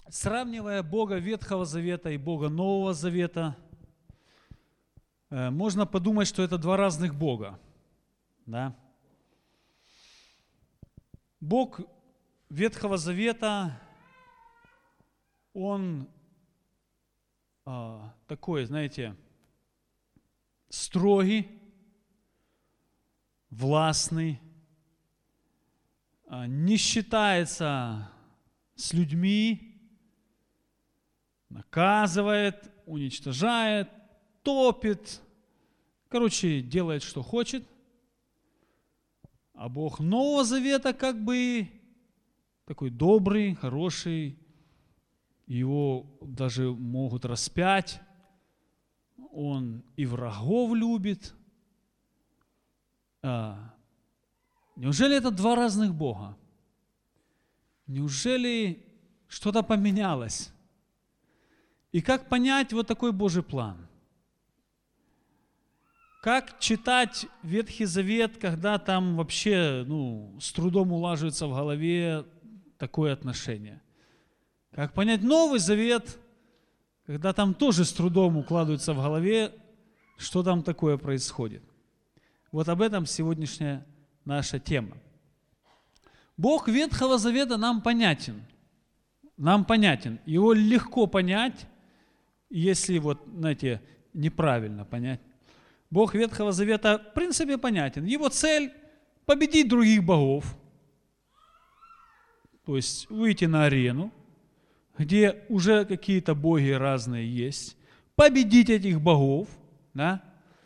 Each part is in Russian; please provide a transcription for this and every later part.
Сравнивая Бога Ветхого Завета и Бога Нового Завета, можно подумать, что это два разных Бога. Да? Бог Ветхого Завета, Он такой, знаете, строгий, властный, не считается с людьми, наказывает, уничтожает, топит, короче, делает, что хочет. А Бог Нового Завета как бы такой добрый, хороший, его даже могут распять, он и врагов любит. Неужели это два разных Бога? Неужели что-то поменялось? И как понять вот такой Божий план? Как читать Ветхий Завет, когда там вообще с трудом улаживается в голове такое отношение? Как понять Новый Завет, когда там тоже с трудом укладывается в голове, что там такое происходит? Вот об этом сегодняшняя наша тема. Бог Ветхого Завета нам понятен. Нам понятен. Его легко понять, если неправильно понять. Бог Ветхого Завета в принципе понятен. Его цель – победить других богов. То есть выйти на арену, где уже какие-то боги разные есть, победить этих богов, да?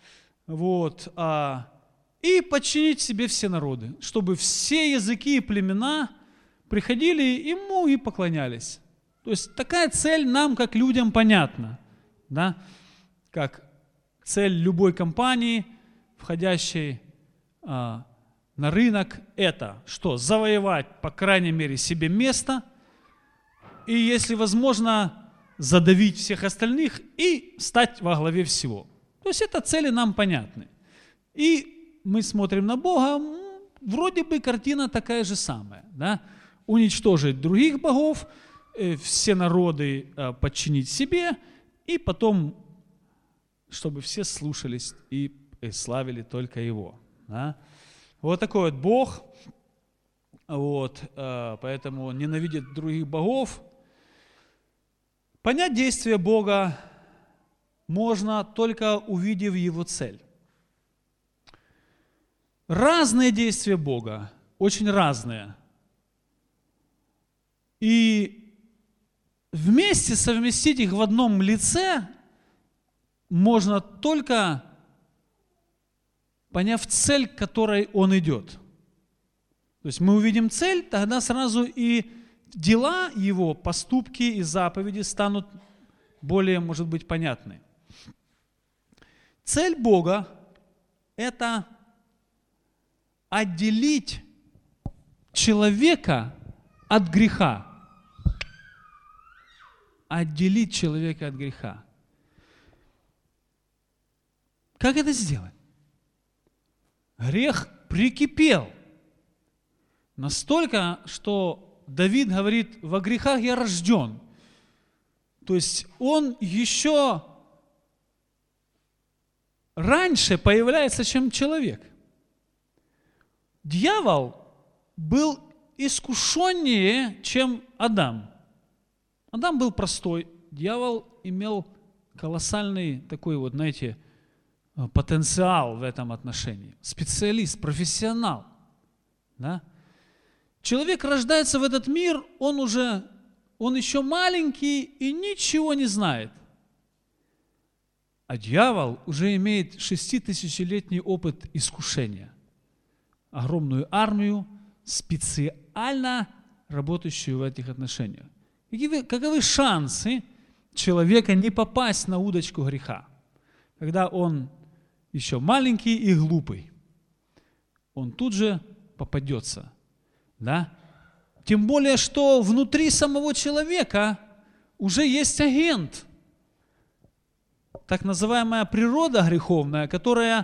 И подчинить себе все народы, чтобы все языки и племена приходили ему и поклонялись. То есть такая цель нам, как людям, понятна, да? Как цель любой компании, входящей на рынок, это что? Завоевать, по крайней мере, себе место, и, если возможно, задавить всех остальных и стать во главе всего. То есть это цели нам понятны. И мы смотрим на Бога, вроде бы картина такая же самая. Да? Уничтожить других богов, все народы подчинить себе, и потом, чтобы все слушались и славили только Его. Да? Вот такой вот Бог. Поэтому Он ненавидит других богов. Понять действие Бога можно, только увидев Его цель. Разные действия Бога, очень разные. И вместе совместить их в одном лице можно только поняв цель, к которой Он идет. То есть мы увидим цель, тогда сразу и дела Его, поступки и заповеди станут более, может быть, понятны. Цель Бога – это отделить человека от греха. Отделить человека от греха. Как это сделать? Грех прикипел настолько, что Давид говорит: во грехах я рожден. То есть он еще раньше появляется, чем человек. Дьявол был искушеннее, чем Адам. Адам был простой. Дьявол имел колоссальный такой потенциал в этом отношении. Специалист, профессионал. Да? Человек рождается в этот мир, он еще маленький и ничего не знает. А дьявол уже имеет 6000-летний опыт искушения. Огромную армию, специально работающую в этих отношениях. Каковы шансы человека не попасть на удочку греха, когда он еще маленький и глупый? Он тут же попадется. Да? Тем более, что внутри самого человека уже есть агент, так называемая природа греховная, которая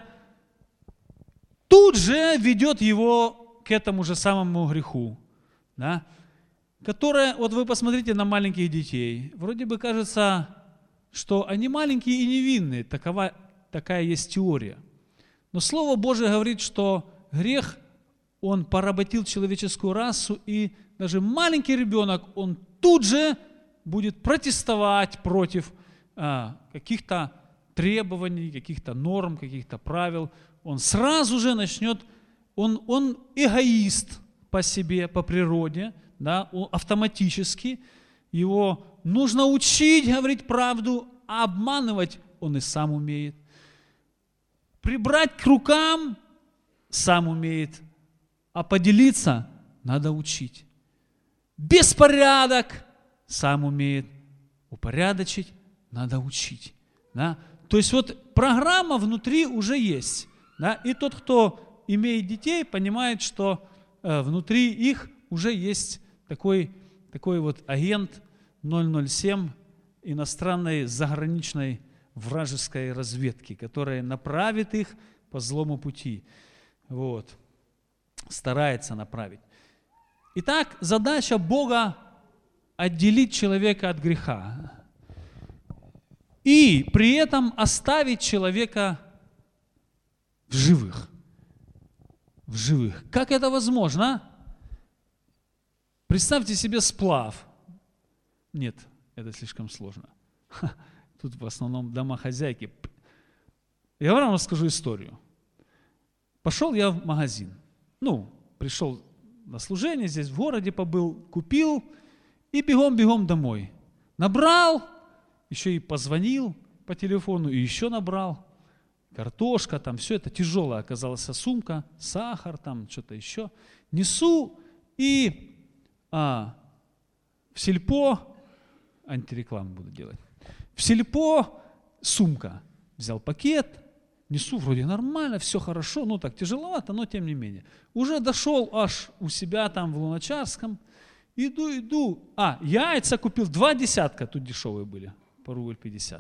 тут же ведет его к этому же самому греху. Да? которое, вот вы посмотрите на маленьких детей, вроде бы кажется, что они маленькие и невинные, такая есть теория. Но Слово Божие говорит, что грех, он поработил человеческую расу, и даже маленький ребенок, он тут же будет протестовать против каких-то требований, каких-то норм, каких-то правил. Он сразу же начнет, он эгоист по себе, по природе, да, автоматически. Его нужно учить говорить правду, а обманывать он и сам умеет. Прибрать к рукам сам умеет, а поделиться надо учить. Беспорядок сам умеет, упорядочить надо учить. Да? То есть вот программа внутри уже есть. Да? И тот, кто имеет детей, понимает, что внутри их уже есть такой вот агент 007 иностранной заграничной вражеской разведки, которая направит их по злому пути. Вот. Старается направить. Итак, задача Бога – отделить человека от греха и при этом оставить человека в живых. В живых. Как это возможно? Представьте себе сплав. Нет, это слишком сложно. Тут в основном домохозяйки. Я вам расскажу историю. Пошел я в магазин. Пришел на служение, здесь в городе побыл, купил и бегом-бегом домой. Набрал, еще и позвонил по телефону, и еще набрал. Картошка, там все это тяжелая оказалась сумка, сахар, там что-то еще. Несу и в сельпо, антирекламу буду делать, в сельпо сумка. Взял пакет, несу, вроде нормально, все хорошо, так тяжеловато, но тем не менее. Уже дошел аж у себя там в Луначарском, иду. Яйца купил, 2 десятка, тут дешевые были, по рубль 50.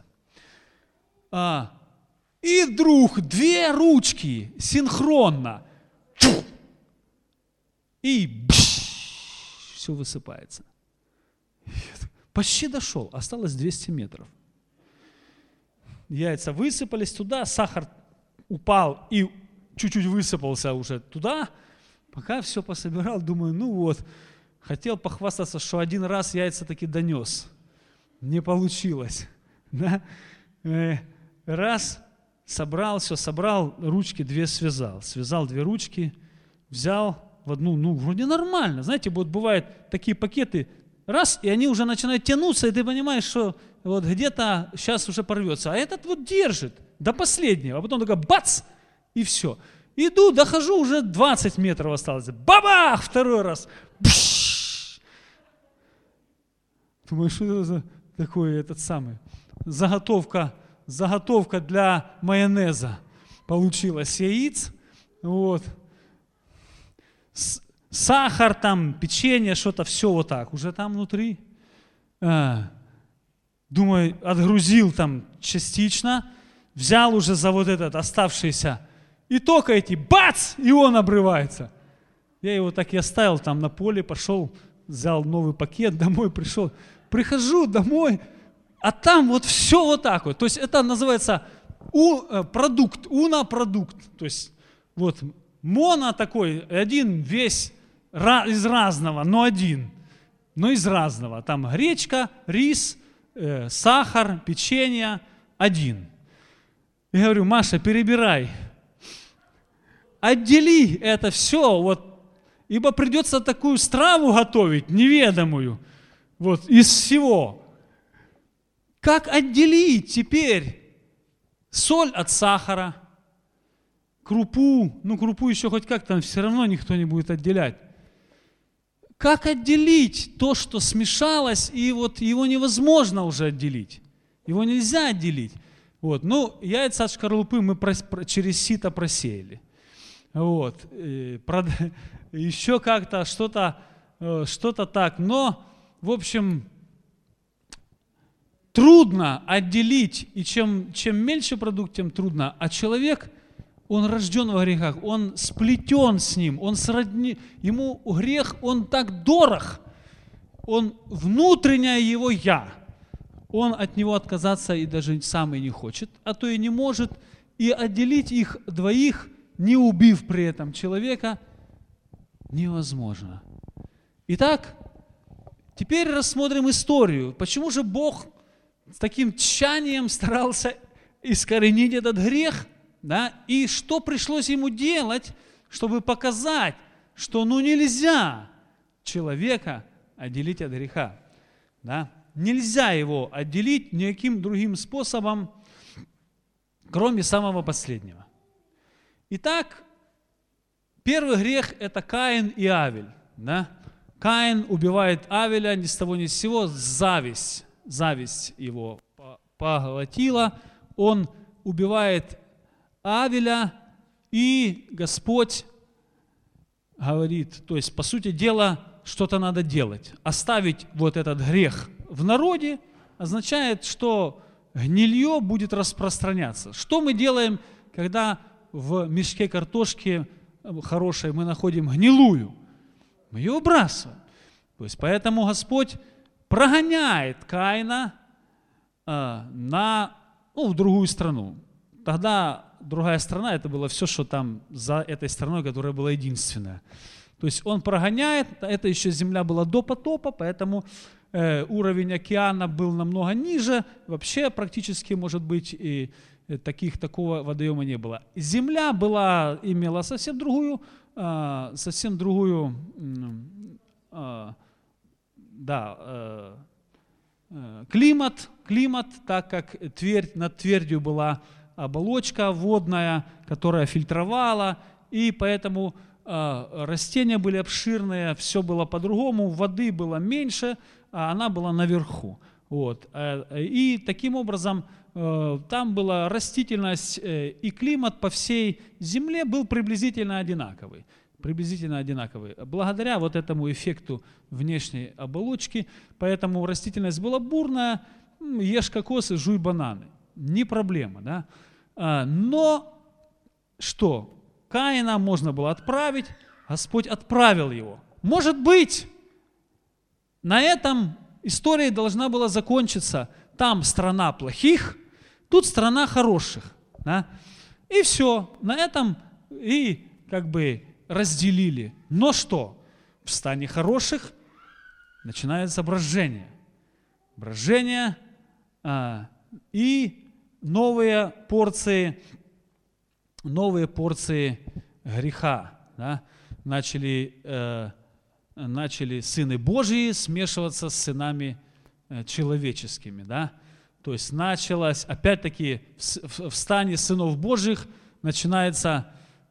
И вдруг 2 ручки синхронно. И все высыпается. Почти дошел, осталось 200 метров. Яйца высыпались туда, сахар упал и чуть-чуть высыпался уже туда. Пока все пособирал, думаю, хотел похвастаться, что один раз яйца таки донес. Не получилось. Да? Раз, собрал, ручки 2 связал. Связал 2 ручки, взял в одну, вроде нормально. Знаете, вот бывают такие пакеты, раз, и они уже начинают тянуться, и ты понимаешь, что вот где-то сейчас уже порвется. А этот вот держит до последнего, а потом такой бац, и все. Иду, дохожу, уже 20 метров осталось. Бабах! 2 раз. Бш! Думаю, что это за такое, заготовка для майонеза получилась. Яиц, вот. Сахар там, печенье, что-то, все вот так. Уже там внутри. Думаю, отгрузил там частично, взял уже за вот этот оставшийся, и только бац, и он обрывается. Я его так и оставил там на поле, пошел, взял новый пакет, домой пришел. Прихожу домой, а там вот все вот так вот. То есть это называется унопродукт. То есть вот моно такой, один весь из разного, но один. Но из разного. Там гречка, рис, сахар, печенье, один. Я говорю, Маша, перебирай. Отдели это все, ибо придется такую страву готовить, неведомую, из всего. Как отделить теперь соль от сахара, крупу, крупу еще хоть как-то, все равно никто не будет отделять. Как отделить то, что смешалось, и его невозможно уже отделить. Его нельзя отделить. Яйца от шкарлупы мы через сито просеяли. Еще как-то что-то так. Но, в общем, трудно отделить, и чем меньше продукт, тем трудно. А человек, он рожден во грехах, он сплетен с ним, он сродни, ему грех, он так дорог. он внутреннее его «я». Он от него отказаться и даже сам и не хочет, а то и не может. И отделить их двоих, не убив при этом человека, невозможно. Итак, теперь рассмотрим историю. Почему же Бог с таким тщанием старался искоренить этот грех? Да? И что пришлось ему делать, чтобы показать, что нельзя человека отделить от греха. Да? Нельзя его отделить никаким другим способом, кроме самого последнего. Итак, первый грех – это Каин и Авель. Да? Каин убивает Авеля ни с того ни с сего, зависть его поглотила. Он убивает Авеля, и Господь говорит, то есть, по сути дела, что-то надо делать. Оставить вот этот грех в народе означает, что гнилье будет распространяться. Что мы делаем, когда в мешке картошки хорошей мы находим гнилую? Мы ее выбрасываем. То есть, поэтому Господь прогоняет Каина в другую страну. Тогда другая страна, это было все, что там за этой страной, которая была единственная. То есть он прогоняет, это еще земля была до потопа, поэтому уровень океана был намного ниже, вообще практически, может быть, и такого водоема не было. Земля имела совсем другую климат, так как над Твердью была оболочка водная, которая фильтровала, и поэтому растения были обширные, все было по-другому, воды было меньше, а она была наверху. Вот. И таким образом там была растительность и климат по всей земле был приблизительно одинаковый. Благодаря вот этому эффекту внешней оболочки, поэтому растительность была бурная, ешь кокосы, жуй бананы. Не проблема, да? Но что? Каина можно было отправить, Господь отправил его. Может быть, на этом история должна была закончиться. Там страна плохих, тут страна хороших. Да? И все, на этом и как бы разделили. Но что? В стане хороших начинается брожение. Брожение и новые порции греха. Да? Начали сыны Божьи смешиваться с сынами человеческими. Да? То есть началось, опять-таки, в стане сынов Божьих начинается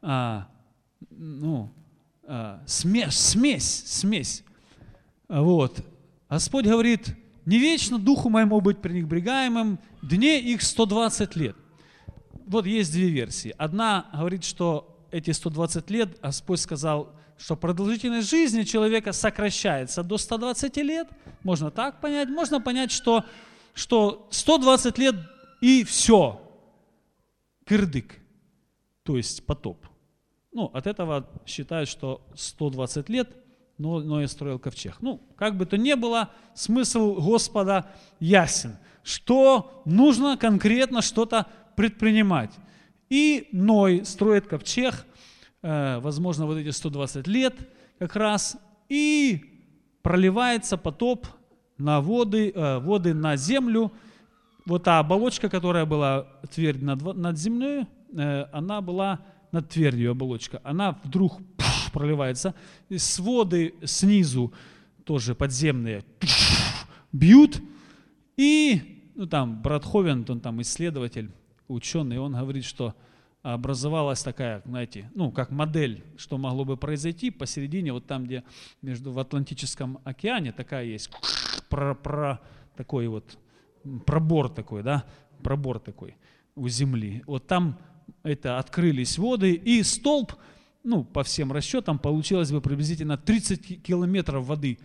смесь. Вот. Господь говорит, не вечно духу моему быть пренебрегаемым, дне их 120 лет. Вот есть две версии. Одна говорит, что эти 120 лет Господь сказал, что продолжительность жизни человека сокращается до 120 лет. Можно так понять. Можно понять, что 120 лет и все. Кырдык. То есть потоп. От этого считают, что 120 лет Ной строил ковчег. Как бы то ни было, смысл Господа ясен, что нужно конкретно что-то предпринимать. И Ной строит ковчег, возможно, вот эти 120 лет как раз, и проливается потоп на воды на землю. Вот та оболочка, которая была твердь над землей, она была над Твердью оболочка. Она вдруг проливается, и своды снизу тоже подземные бьют, и там брат Ховен, он там исследователь, ученый, он говорит, что образовалась такая, знаете, как модель, что могло бы произойти посередине, вот там, где в Атлантическом океане такая есть, такой вот пробор такой, да, пробор такой у земли. Вот там открылись воды, и столб, по всем расчетам, получилось бы приблизительно 30 километров воды.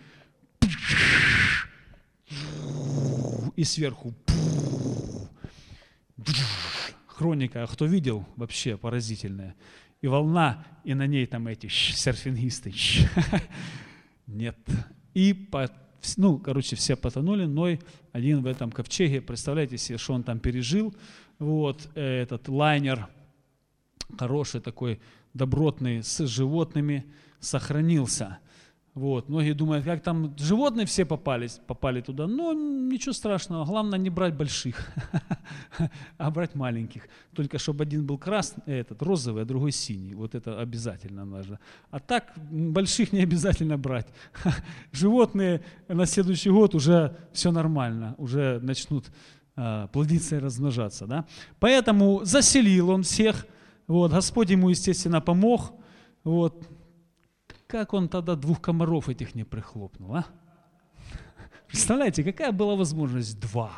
И сверху. Хроника, кто видел, вообще поразительная. И волна, и на ней там эти серфингисты. Нет. И все потонули, Ной один в этом ковчеге. Представляете себе, что он там пережил. Вот, этот лайнер, хороший такой, добротный, с животными, сохранился. Вот. Многие думают, как там животные все попали туда. Но ничего страшного, главное не брать больших, а брать маленьких. Только чтобы один был красный, розовый, а другой синий. Вот это обязательно нужно. А так больших не обязательно брать. Животные на следующий год уже все нормально, уже начнут плодиться и размножаться. Да? Поэтому заселил он всех. Вот. Господь ему, естественно, помог. Вот. Как он тогда 2 комаров этих не прихлопнул, а? Представляете, какая была возможность? 2.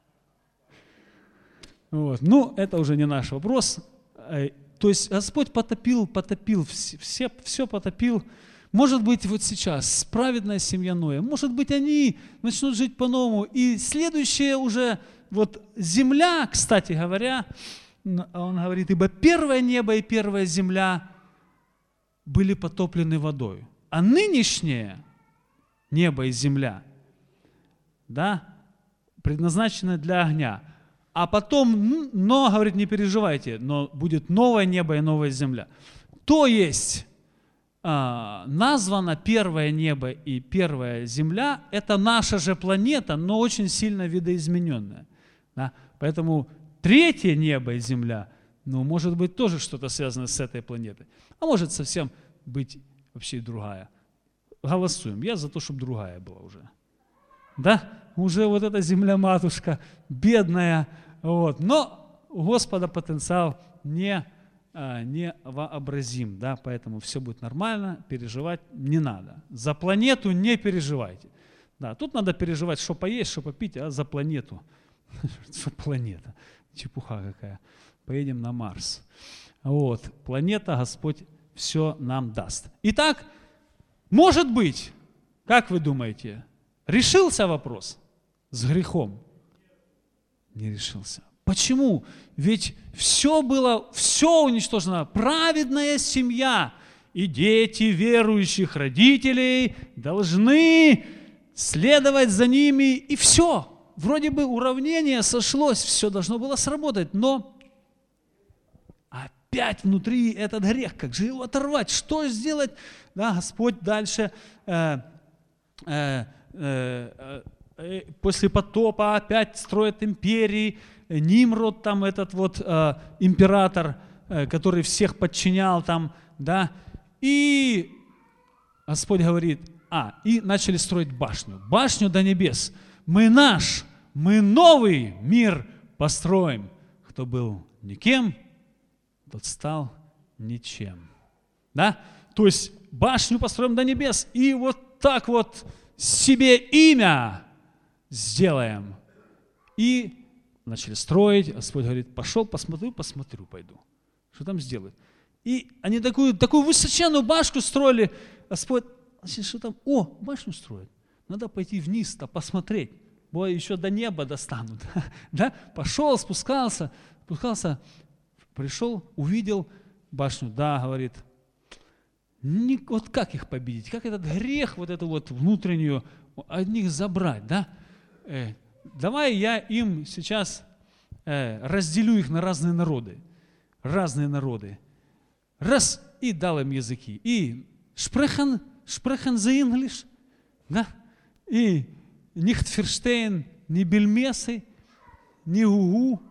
Вот. Ну, это уже не наш вопрос. То есть Господь потопил, все потопил. Может быть, вот сейчас праведная семья Ноя, может быть, они начнут жить по-новому. И следующее уже, вот земля, кстати говоря, он говорит, ибо первое небо и первая земля были потоплены водой. А нынешнее небо и земля, да, предназначены для огня. А потом, но, говорит, не переживайте, но будет новое небо и новая земля. То есть, названо первое небо и первая земля, это наша же планета, но очень сильно видоизмененная. Да? Поэтому третье небо и земля, может быть, тоже что-то связано с этой планетой. А может совсем быть вообще другая. Голосуем. Я за то, чтобы другая была уже. Да? Уже вот эта земля-матушка, бедная. Вот. Но у Господа потенциал невообразим. Да? Поэтому все будет нормально, переживать не надо. За планету не переживайте. Да, тут надо переживать, что поесть, что попить, а за планету. Что планета? Чепуха какая. Поедем на Марс. Вот. Планета, Господь все нам даст. Итак, может быть, как вы думаете, решился вопрос с грехом? Не решился. Почему? Ведь все уничтожено. Праведная семья и дети верующих родителей должны следовать за ними, и все. Вроде бы уравнение сошлось, все должно было сработать, но опять внутри этот грех, как же его оторвать, что сделать? Да, Господь дальше, после потопа опять строит империи, Нимрод там этот вот император, который всех подчинял там, да, и Господь говорит, и начали строить башню до небес. Мы новый мир построим. Кто был никем, тот стал ничем. Да? То есть башню построим до небес и вот так вот себе имя сделаем. И начали строить. Господь говорит, пошел, посмотрю, пойду. Что там сделают? И они такую высоченную башню строили. Господь, что там? Башню строят. Надо пойти вниз-то посмотреть. Бо еще до неба достанут. Да? Пошел, спускался, пришел, увидел башню. Да, говорит, вот как их победить? Как этот грех, вот эту вот внутреннюю, от них забрать, да? Давай я им сейчас разделю их на разные народы. Раз, и дал им языки. И sprechen the English, да? И nicht verstehen, ни бельмесы, ни гугу.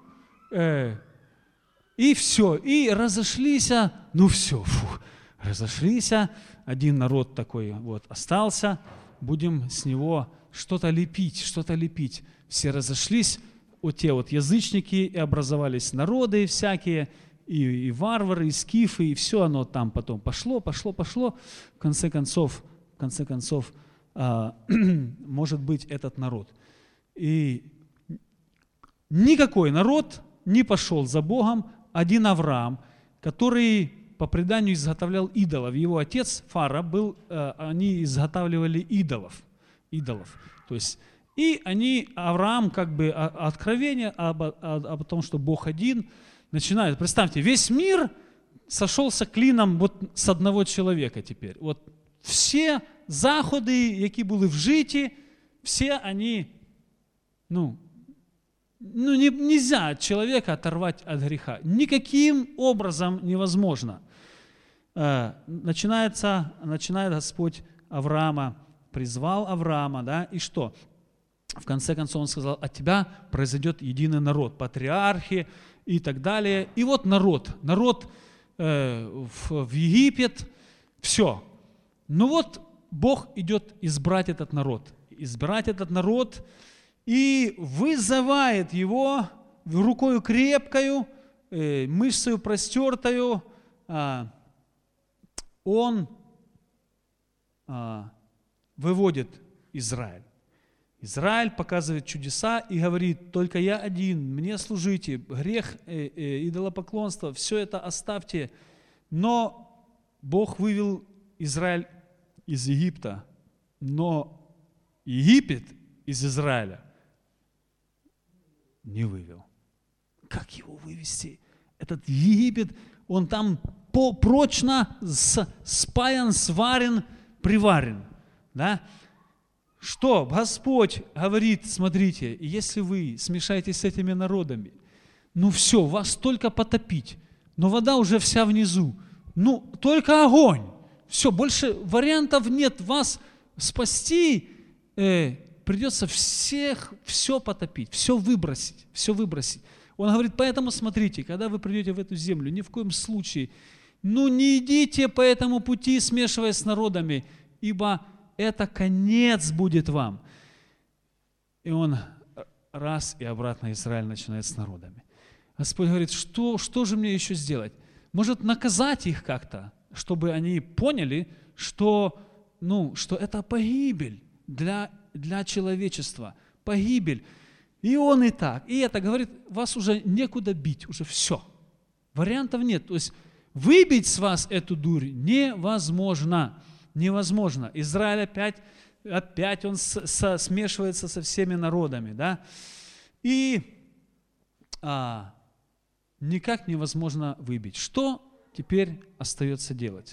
И все. И разошлись, разошлись. Один народ такой вот остался. Будем с него что-то лепить. Все разошлись. Вот те вот язычники, и образовались народы всякие, и варвары, и скифы, и все оно там потом пошло. В конце концов, может быть этот народ. И никакой народ не пошел за Богом, один Авраам, который по преданию изготовлял идолов. Его отец Фара был, они изготавливали идолов. То есть, и Авраам как бы откровение об том, что Бог один, начинает. Представьте, весь мир сошелся клином вот с одного человека теперь. Вот все заходи, які були вжиті, все они, нельзя человека оторвать от греха. Никаким образом невозможно. Начинает Господь Авраама, призвал Авраама, да, и что? В конце концов Он сказал: от тебя произойдет единый народ, патриархи и так далее. И вот народ в Египет, все. Ну вот Бог идет избрать этот народ и вызывает его рукою крепкою, мышцею простертою. Он выводит Израиль. Израиль показывает чудеса и говорит: только я один, мне служите, грех, идолопоклонство, все это оставьте. Но Бог вывел Израиль из Египта, но Египет из Израиля не вывел. Как его вывести? Этот Египет, он там прочно спаян, сварен, приварен. Да? Что Господь говорит: смотрите, если вы смешаетесь с этими народами, все, вас только потопить, но вода уже вся внизу, только огонь. Все, больше вариантов нет, вас спасти, придется все потопить, все выбросить. Он говорит: поэтому смотрите, когда вы придете в эту землю, ни в коем случае, не идите по этому пути, смешиваясь с народами, ибо это конец будет вам. И он раз и обратно Израиль начинает с народами. Господь говорит: что же мне еще сделать? Может, наказать их как-то, чтобы они поняли, что это погибель для человечества, погибель. И он и так, и это говорит: вас уже некуда бить, уже все. Вариантов нет. То есть выбить с вас эту дурь невозможно. Невозможно. Израиль опять он смешивается со всеми народами, да? И никак невозможно выбить. Что теперь остается делать?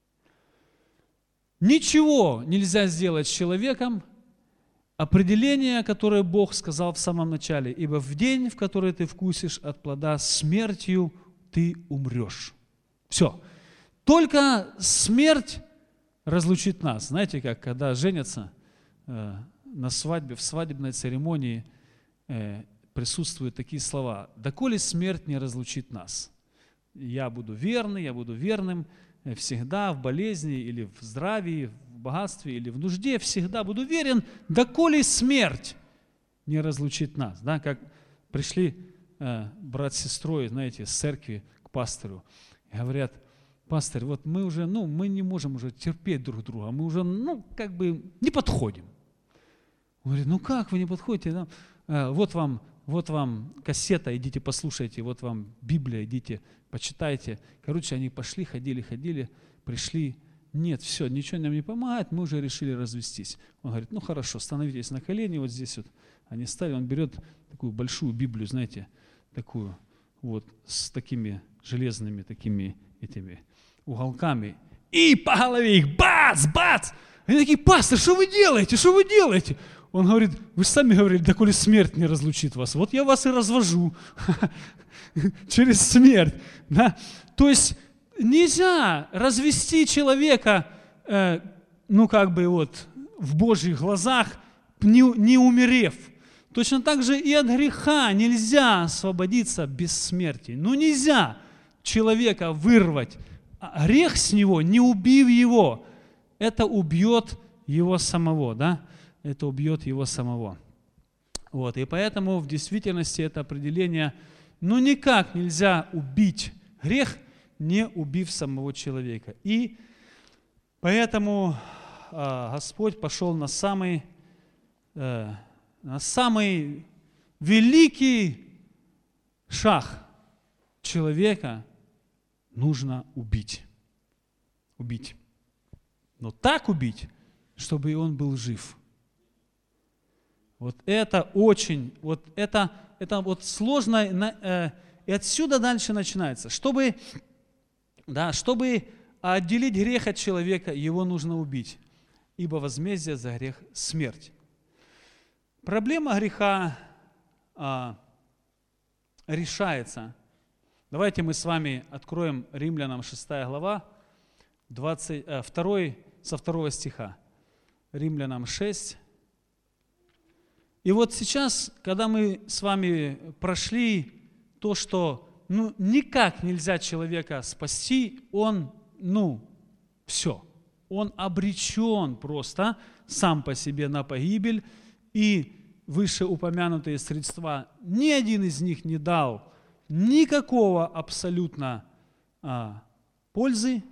Ничего нельзя сделать с человеком. Определение, которое Бог сказал в самом начале: ибо в день, в который ты вкусишь от плода, смертью ты умрешь. Все. Только смерть разлучит нас. Знаете, как когда женятся на свадьбе, в свадебной церемонии присутствуют такие слова: «Доколе смерть не разлучит нас». Я буду верным всегда в болезни или в здравии, в богатстве или в нужде, всегда буду верен, доколе смерть не разлучит нас. Да, как пришли брат с сестрой, знаете, с церкви к пастору, и говорят: пастор, вот мы уже, мы не можем уже терпеть друг друга, мы уже, не подходим. Он говорит: как вы не подходите? Да? Вот вам кассета, идите послушайте, вот вам Библия, идите почитайте. Короче, они пошли, ходили, пришли. Нет, все, ничего нам не помогает, мы уже решили развестись. Он говорит: хорошо, становитесь на колени, вот здесь вот. Они стали, он берет такую большую Библию, знаете, такую вот с такими железными такими этими уголками, и по голове их бац! Они такие: пастор, что вы делаете? Он говорит: вы же сами говорили, доколе смерть не разлучит вас. Вот я вас и развожу через смерть. Да? То есть нельзя развести человека, в Божьих глазах, не умерев. Точно так же и от греха нельзя освободиться без смерти. Нельзя человека вырвать грех с него, не убив его. Это убьет его самого, да? Это убьет его самого. Вот. И поэтому в действительности это определение, никак нельзя убить грех, не убив самого человека. И поэтому Господь пошел на самый великий шаг. Человека нужно убить. Но так убить, чтобы он был жив. Вот это очень, это сложно, и отсюда дальше начинается. Чтобы отделить грех от человека, его нужно убить, ибо возмездие за грех – смерть. Проблема греха решается. Давайте мы с вами откроем Римлянам 6 глава, со 2 стиха. Римлянам 6. И вот сейчас, когда мы с вами прошли то, что никак нельзя человека спасти, он, все. Он обречен просто сам по себе на погибель, и вышеупомянутые средства, ни один из них не дал никакого абсолютно пользы.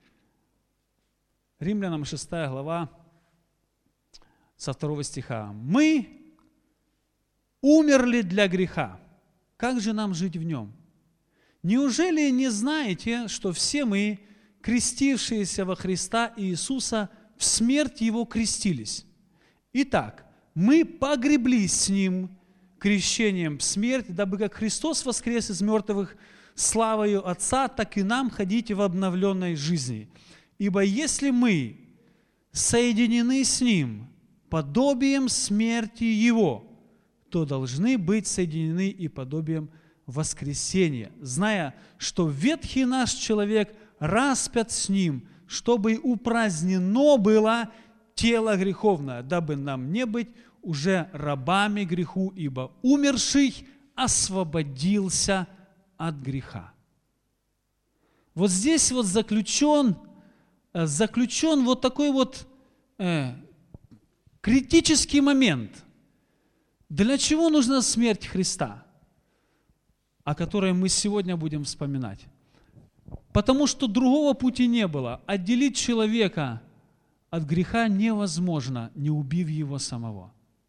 Римлянам 6 глава, со 2 стиха. «Мы умерли для греха. Как же нам жить в нем? Неужели не знаете, что все мы, крестившиеся во Христа Иисуса, в смерть Его крестились? Итак, мы погреблись с Ним крещением в смерть, дабы как Христос воскрес из мертвых славою Отца, так и нам ходить в обновленной жизни. Ибо если мы соединены с Ним подобием смерти Его, то должны быть соединены и подобием воскресения, зная, что ветхий наш человек распят с Ним, чтобы упразднено было тело греховное, дабы нам не быть уже рабами греху, ибо умерший освободился от греха». Вот здесь вот заключен вот такой вот критический момент. Для чего нужна смерть Христа, о которой мы сегодня будем вспоминать? Потому что другого пути не было. Отделить человека от греха невозможно, не убив его самого.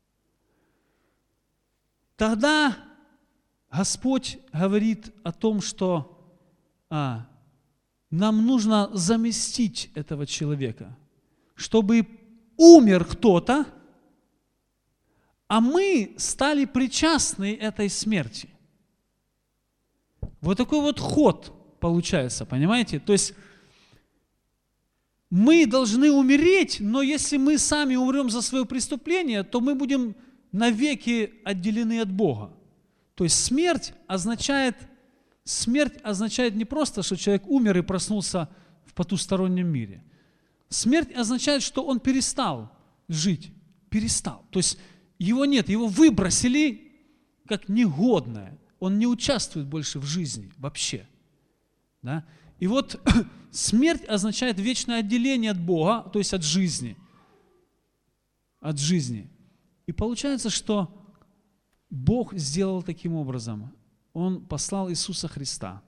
Тогда Господь говорит о том, что нам нужно заместить этого человека, чтобы умер кто-то, а мы стали причастны этой смерти. Вот такой вот ход получается, понимаете? То есть мы должны умереть, но если мы сами умрем за свое преступление, то мы будем навеки отделены от Бога. То есть смерть означает не просто, что человек умер и проснулся в потустороннем мире. Смерть означает, что он перестал жить, перестал. То есть его нет, его выбросили как негодное. Он не участвует больше в жизни вообще. Да? И вот смерть означает вечное отделение от Бога, то есть от жизни. От жизни. И получается, что Бог сделал таким образом. Он послал Иисуса Христа,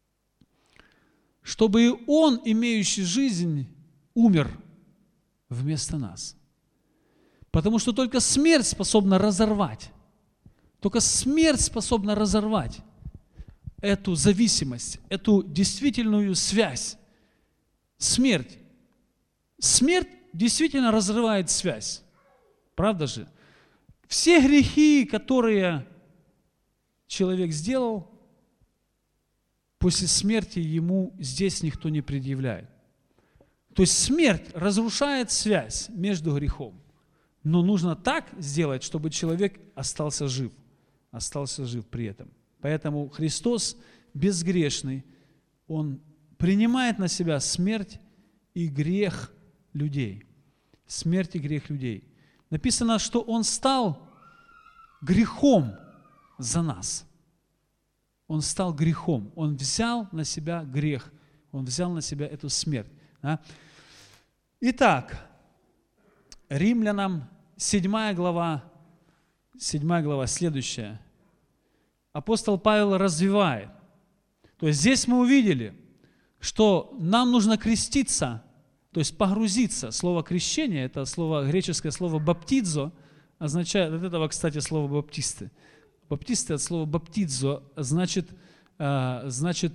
чтобы Он, имеющий жизнь, умер вместо нас. Потому что только смерть способна разорвать. Только смерть способна разорвать эту зависимость, эту действительную связь. Смерть. Смерть действительно разрывает связь. Правда же? Все грехи, которые человек сделал, после смерти ему здесь никто не предъявляет. То есть смерть разрушает связь между грехом. Но нужно так сделать, чтобы человек остался жив при этом. Поэтому Христос безгрешный, Он принимает на себя смерть и грех людей. Смерть и грех людей. Написано, что Он стал грехом за нас. Он стал грехом. Он взял на себя грех. Он взял на себя эту смерть. Да? Итак, Римлянам 7 глава, следующая. Апостол Павел развивает. То есть здесь мы увидели, что нам нужно креститься, то есть погрузиться. Слово крещение, это греческое слово баптизо, означает, от этого, кстати, слово баптисты. Баптисты от слова баптизо значит, то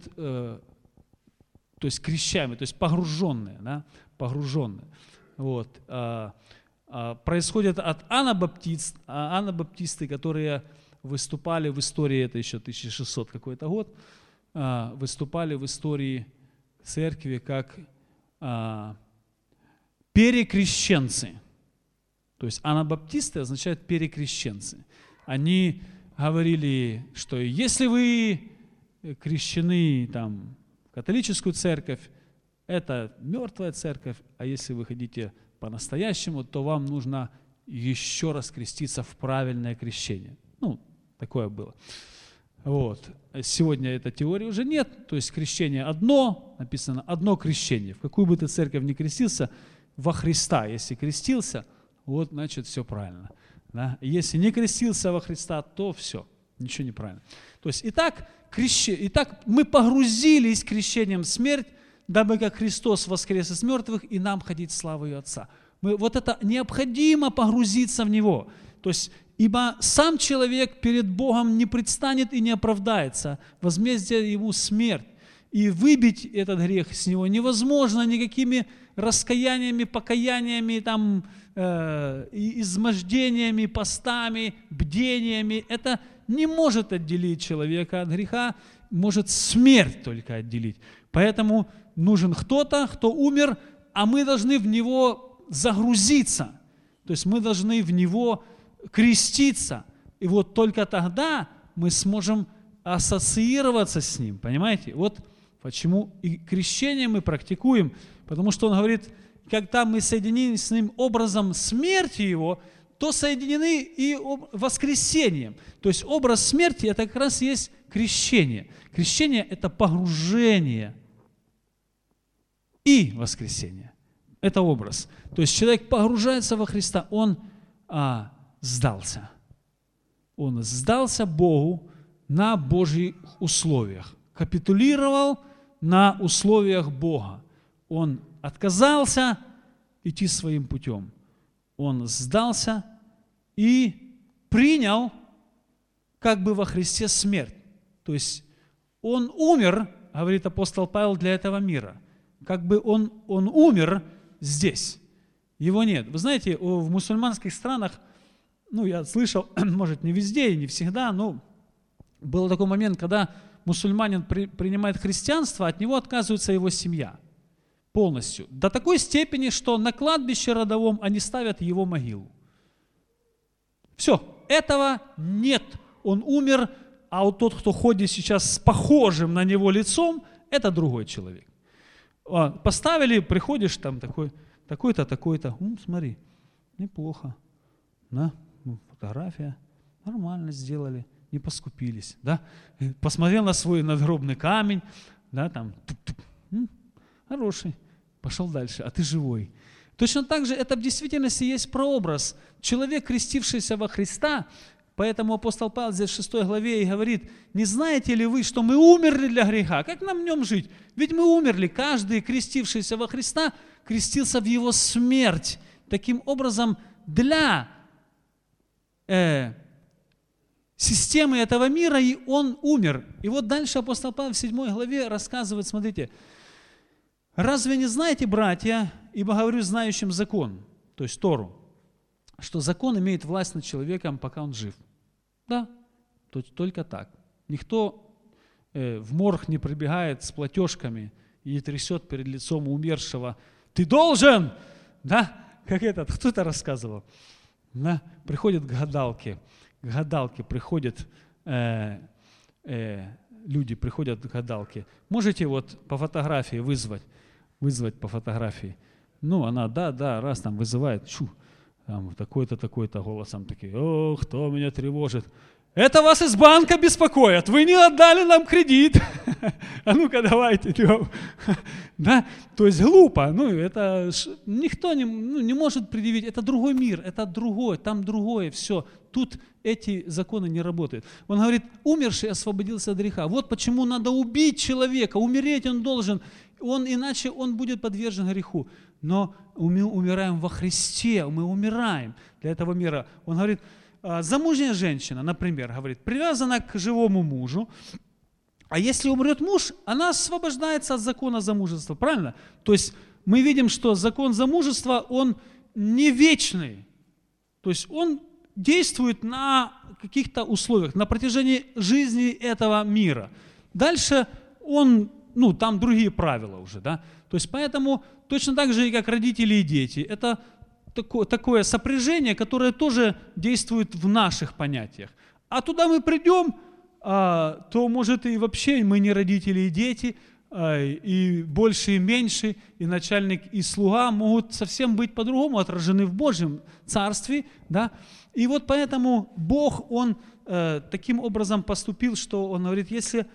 есть крещаемые, то есть погруженные, да? Погруженные. Вот. Происходит от анабаптисты, которые выступали в истории, это еще 1600 какой-то год, выступали в истории церкви как перекрещенцы. То есть анабаптисты означают перекрещенцы. Они говорили, что если вы крещены там, в католическую церковь, это мертвая церковь, а если вы хотите по-настоящему, то вам нужно еще раз креститься в правильное крещение. Ну, такое было. Вот. Сегодня этой теории уже нет, то есть крещение одно, написано одно крещение. В какую бы ты церковь ни крестился, во Христа, если крестился, вот, значит, все правильно. Да? Если не крестился во Христа, то все, ничего неправильно. То есть, итак, мы погрузились крещением в смерть, дабы как Христос воскрес из мертвых, и нам ходить в славу Его Отца. Вот это необходимо погрузиться в Него. То есть, ибо сам человек перед Богом не предстанет и не оправдается. Возмездие ему смерть. И выбить этот грех с него невозможно никакими раскаяниями, покаяниями, там, измождениями, постами, бдениями. Это не может отделить человека от греха, может смерть только отделить. Поэтому нужен кто-то, кто умер, а мы должны в него загрузиться. То есть мы должны в него креститься. И вот только тогда мы сможем ассоциироваться с ним. Понимаете? Вот почему и крещение мы практикуем. Потому что он говорит, когда мы соединены с ним образом смерти его, то соединены и воскресением. То есть образ смерти – это как раз есть крещение. Крещение – это погружение и воскресение. Это образ. То есть человек погружается во Христа, он сдался. Он сдался Богу на Божьих условиях. Капитулировал на условиях Бога. Он отказался идти своим путем. Он сдался и принял как бы во Христе смерть. То есть он умер, говорит апостол Павел, для этого мира. Как бы он умер здесь. Его нет. Вы знаете, в мусульманских странах, ну, я слышал, может, не везде и не всегда, но был такой момент, когда мусульманин принимает христианство, от него отказывается его семья полностью. До такой степени, что на кладбище родовом они ставят его могилу. Все, этого нет. Он умер, а вот тот, кто ходит сейчас с похожим на него лицом, это другой человек. Поставили, приходишь, там такой-то, такой-то. Смотри, неплохо. Да? Фотография. Нормально сделали. Не поскупились. Да? Посмотрел на свой надгробный камень. Да, там, хороший. Пошел дальше. А ты живой. Точно так же это в действительности есть прообраз. Человек, крестившийся во Христа, поэтому апостол Павел здесь в 6 главе и говорит, не знаете ли вы, что мы умерли для греха? Как нам в нем жить? Ведь мы умерли. Каждый, крестившийся во Христа, крестился в его смерть. Таким образом, для системы этого мира и он умер. И вот дальше апостол Павел в 7 главе рассказывает, смотрите, «Разве не знаете, братья, ибо говорю знающим закон, то есть Тору, что закон имеет власть над человеком, пока он жив?» Да, только так. Никто в морг не прибегает с платежками и трясет перед лицом умершего. «Ты должен!» Да, как кто-то рассказывал. Да? Приходят к гадалке приходят люди, приходят к гадалке. Можете вот по фотографии вызвать по фотографии. Ну, она, да, раз там вызывает, там такой-то голосом такие, кто меня тревожит? Это вас из банка беспокоят, вы не отдали нам кредит. А ну-ка давайте. Да? То есть глупо, это никто не может предъявить, это другой мир, это другое, там другое, все. Тут эти законы не работают. Он говорит, умерший освободился от греха. Вот почему надо убить человека, умереть он должен, иначе он будет подвержен греху. Но мы умираем во Христе, мы умираем для этого мира. Он говорит, замужняя женщина, например, говорит, привязана к живому мужу, а если умрет муж, она освобождается от закона замужества, правильно? То есть мы видим, что закон замужества, он не вечный, то есть он действует на каких-то условиях, на протяжении жизни этого мира. Дальше там другие правила уже, да? То есть поэтому точно так же, и как родители и дети, это такое сопряжение, которое тоже действует в наших понятиях. А туда мы придем, то, может, и вообще мы не родители и дети, и больше, и меньше, и начальник, и слуга могут совсем быть по-другому отражены в Божьем Царстве. Да? И вот поэтому Бог, Он таким образом поступил, что Он говорит,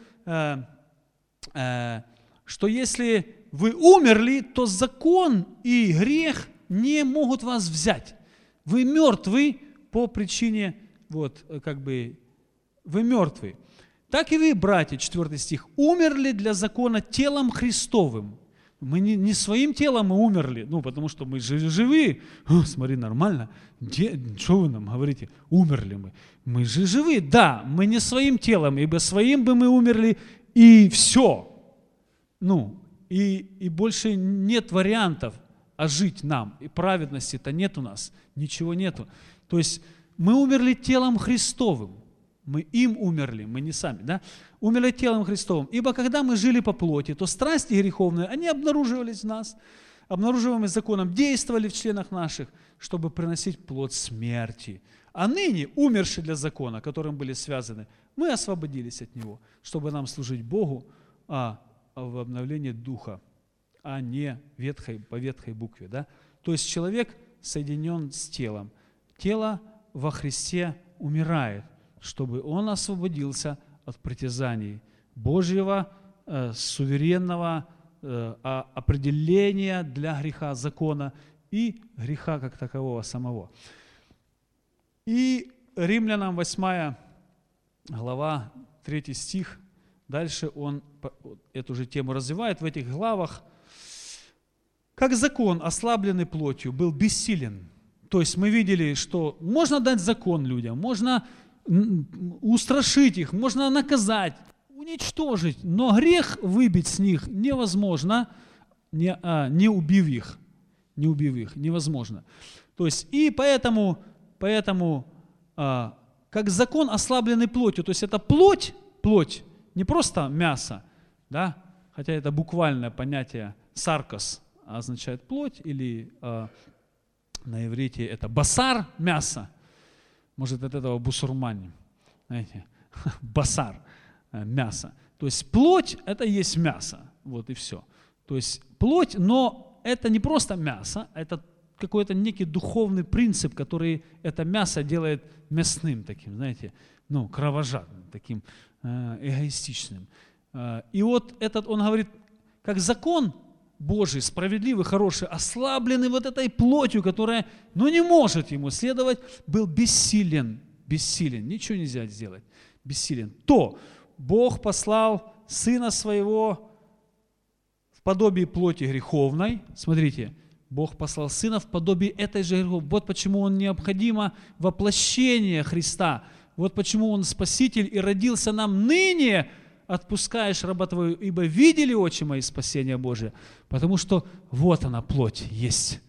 что если вы умерли, то закон и грех не могут вас взять. Вы мертвы по причине, вы мертвы. Так и вы, братья, 4 стих, умерли для закона телом Христовым. Мы не своим телом мы умерли, потому что мы же живы. Смотри, нормально. Что вы нам говорите? Умерли мы. Мы же живы. Да, мы не своим телом, ибо своим бы мы умерли, и все. И больше нет вариантов ожить нам. И праведности-то нет у нас. Ничего нету. То есть мы умерли телом Христовым. Мы им умерли, мы не сами, да? Умерли телом Христовым. Ибо когда мы жили по плоти, то страсти греховные, они обнаруживались в нас, обнаруживаемые законом, действовали в членах наших, чтобы приносить плод смерти. А ныне, умершие для закона, которым были связаны, мы освободились от него, чтобы нам служить Богу в обновлении духа, а не по ветхой букве. Да? То есть человек соединен с телом. Тело во Христе умирает, чтобы он освободился от притязаний Божьего суверенного определения для греха закона и греха как такового самого. И Римлянам 8 глава, 3 стих, дальше он эту же тему развивает в этих главах. Как закон, ослабленный плотью, был бессилен. То есть мы видели, что можно дать закон людям, можно устрашить их, можно наказать, уничтожить, но грех выбить с них невозможно, не убив их, невозможно. То есть и поэтому как закон, ослабленный плотью, то есть это плоть, не просто мясо, да, хотя это буквальное понятие саркос означает плоть, или на иврите это басар, мясо. Может, от этого бусурмане, знаете, басар, мясо. То есть плоть – это и есть мясо, вот и все. То есть плоть, но это не просто мясо, это какой-то некий духовный принцип, который это мясо делает мясным таким, знаете, кровожадным, таким эгоистичным. И вот он говорит, как закон Божий, справедливый, хороший, ослабленный вот этой плотью, которая, не может ему следовать, был бессилен, ничего нельзя сделать, бессилен. То Бог послал Сына Своего в подобии плоти греховной. Смотрите, Бог послал Сына в подобии этой же греховной. Вот почему Он необходимо воплощение Христа. Вот почему Он Спаситель и родился нам ныне, отпускаешь раба твою, ибо видели очи мои спасение Божие, потому что вот она, плоть, есть.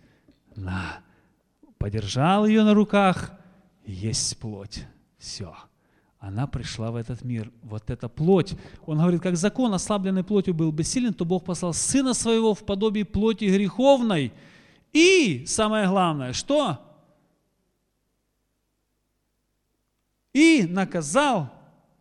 Подержал ее на руках, есть плоть. Все. Она пришла в этот мир. Вот эта плоть. Он говорит, как закон, ослабленный плотью, был бессилен, то Бог послал Сына Своего в подобии плоти греховной. И, самое главное, что? И наказал,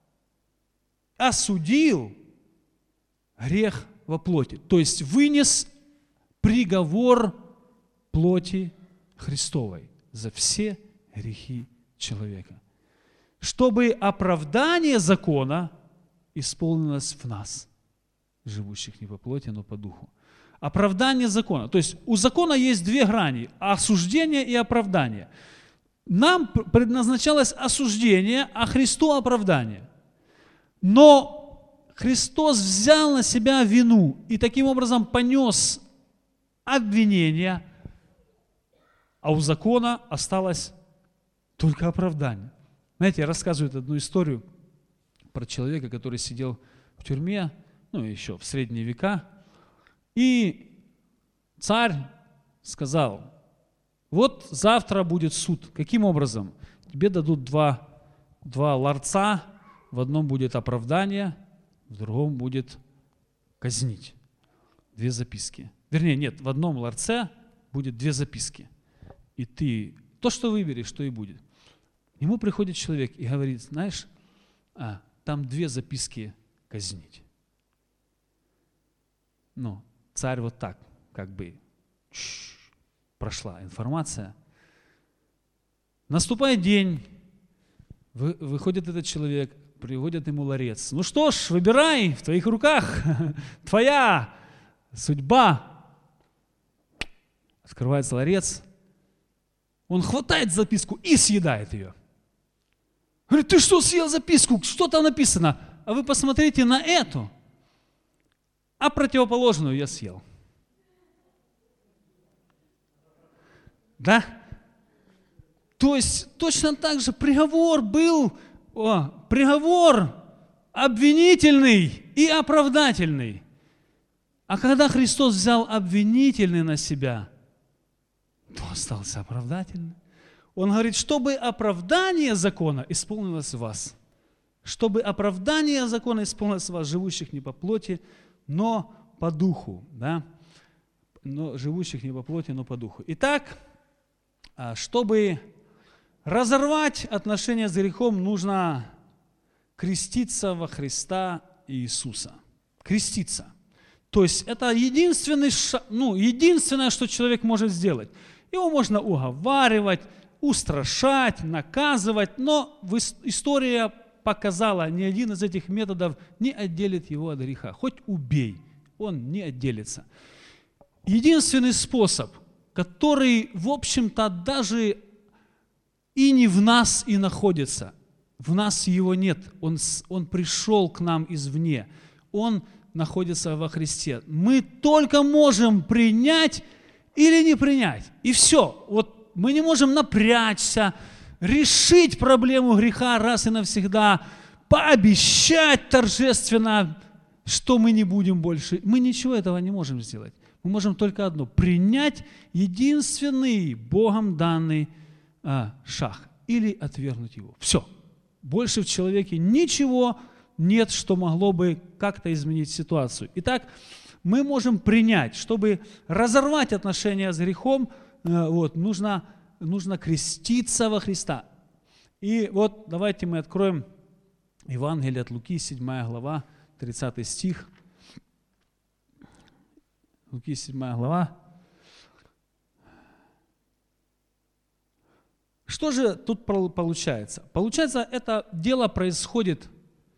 осудил грех во плоти. То есть вынес приговор плоти Христовой за все грехи человека. Чтобы оправдание закона исполнилось в нас, живущих не по плоти, но по духу. Оправдание закона. То есть у закона есть две грани – осуждение и оправдание. Нам предназначалось осуждение, а Христу оправдание. Но Христос взял на себя вину и таким образом понес обвинение, а у закона осталось только оправдание. Знаете, рассказывают одну историю про человека, который сидел в тюрьме, еще в средние века, и царь сказал, вот завтра будет суд. Каким образом? Тебе дадут два ларца, в одном будет оправдание, в другом будет казнить. 2 записки. Вернее, нет, в одном ларце будет 2 записки. и ты, то, что выберешь, то и будет. К нему приходит человек и говорит, знаешь, там 2 записки казнить. Ну, царь вот так, как бы, прошла информация. Наступает день, выходит этот человек, приводят ему ларец. Ну что ж, выбирай, в твоих руках, твоя судьба. Открывается ларец, он хватает записку и съедает ее. Говорит, ты что съел записку? Что там написано? А вы посмотрите на эту. А противоположную я съел. Да? То есть точно так же приговор был, приговор обвинительный и оправдательный. А когда Христос взял обвинительный на себя, то остался оправдательный. Он говорит, чтобы оправдание закона исполнилось в вас. Чтобы оправдание закона исполнилось в вас, живущих не по плоти, но по духу. Да? Но живущих не по плоти, но по духу. Итак, чтобы разорвать отношения с грехом, нужно креститься во Христа Иисуса. Креститься. То есть это единственное, что человек может сделать. Его можно уговаривать, устрашать, наказывать, но история показала, ни один из этих методов не отделит его от греха. Хоть убей, он не отделится. Единственный способ, который, в общем-то, даже и не в нас и находится, в нас его нет, он пришел к нам извне, он находится во Христе. Мы только можем принять или не принять. И все. Вот мы не можем напрячься, решить проблему греха раз и навсегда, пообещать торжественно, что мы не будем больше. Мы ничего этого не можем сделать. Мы можем только одно – принять единственный Богом данный шаг или отвергнуть его. Все. Больше в человеке ничего нет, что могло бы как-то изменить ситуацию. Итак, мы можем принять, чтобы разорвать отношения с грехом, нужно креститься во Христа. И вот давайте мы откроем Евангелие от Луки, 7 глава, 30 стих. Луки, 7 глава. Что же тут получается? Получается, это дело происходит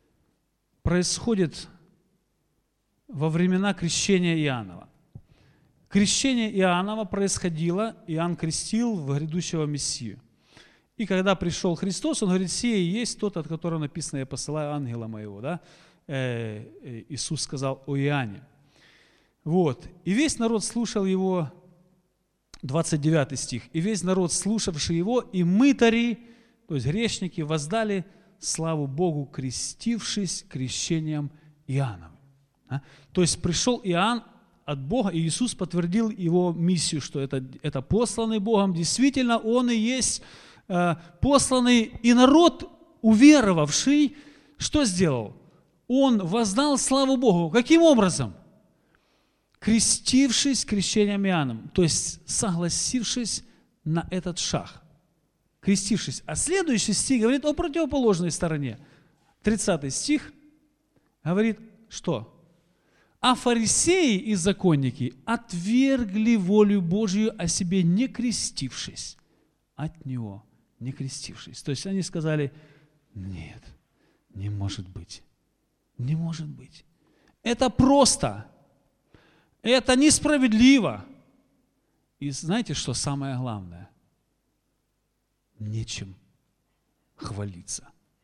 во времена крещения Иоаннова. Крещение Иоаннова происходило, Иоанн крестил в грядущего Мессию. И когда пришел Христос, он говорит, сей и есть тот, от которого написано, я посылаю ангела моего. Да? Иисус сказал о Иоанне. Вот. И весь народ слушал его, 29 стих, и весь народ, слушавший его, и мытари, то есть грешники, воздали славу Богу, крестившись крещением Иоанновым. То есть пришел Иоанн от Бога, и Иисус подтвердил его миссию, что это посланный Богом. Действительно, он и есть посланный, и народ, уверовавший, что сделал? Он воздал славу Богу. Каким образом? Крестившись крещением Иоанном, то есть согласившись на этот шаг. Крестившись. А следующий стих говорит о противоположной стороне. 30 стих говорит, что? А фарисеи и законники отвергли волю Божию о себе, не крестившись от Него, не крестившись. То есть они сказали, нет, не может быть, не может быть. Это просто, это несправедливо. И знаете, что самое главное? Нечем хвалиться.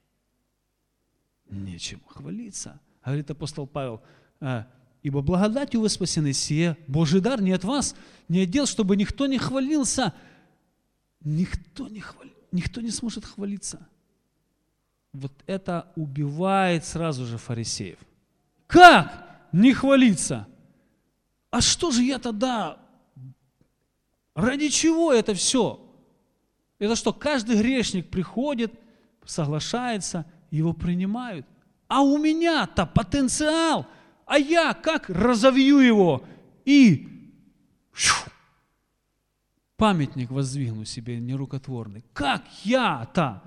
Нечем хвалиться. Говорит апостол Павел, ибо благодатью вы спасены, сие Божий дар не от вас, не от дел, чтобы никто не хвалился. Никто не сможет хвалиться. Вот это убивает сразу же фарисеев. Как не хвалиться? А что же я тогда? Ради чего это все? Это что, каждый грешник приходит, соглашается, его принимают. А у меня-то потенциал, а я как разовью его и памятник воздвигну себе нерукотворный. Как я-то?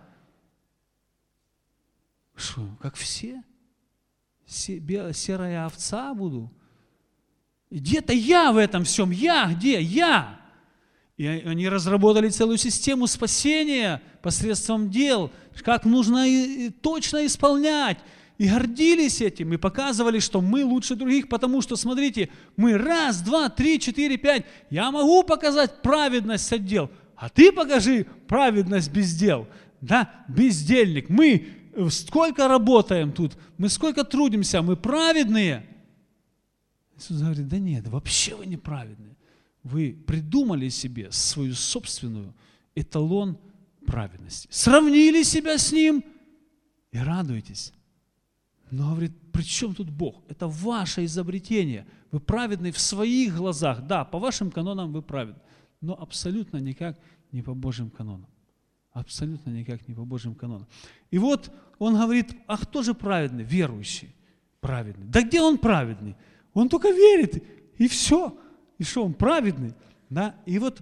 Что, как все? Серая овца буду? Где-то я в этом всем. Я где? Я. И они разработали целую систему спасения посредством дел, как нужно точно исполнять. И гордились этим, и показывали, что мы лучше других, потому что, смотрите, мы 1, 2, 3, 4, 5. Я могу показать праведность от дел, а ты покажи праведность без дел. Да, бездельник. Мы сколько работаем тут, мы сколько трудимся, мы праведные. Иисус говорит, да нет, вообще вы неправедные. Вы придумали себе свою собственную эталон праведности. Сравнили себя с Ним и радуетесь. Но говорит, при чем тут Бог? Это ваше изобретение. Вы праведны в своих глазах. Да, по вашим канонам вы праведны, но абсолютно никак не по Божьим канонам. Абсолютно никак не по Божьим канонам. И вот он говорит, а кто же праведный? Верующий праведный. Да где он праведный? Он только верит, и все. И что, он праведный? Да? И вот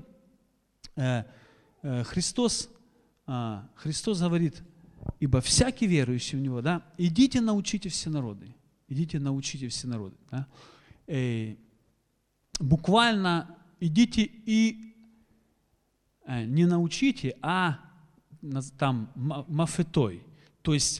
Христос говорит, ибо всякий верующий в Него, да, идите научите все народы. Идите научите все народы. Да? Буквально идите и не научите, а там мафетой. То есть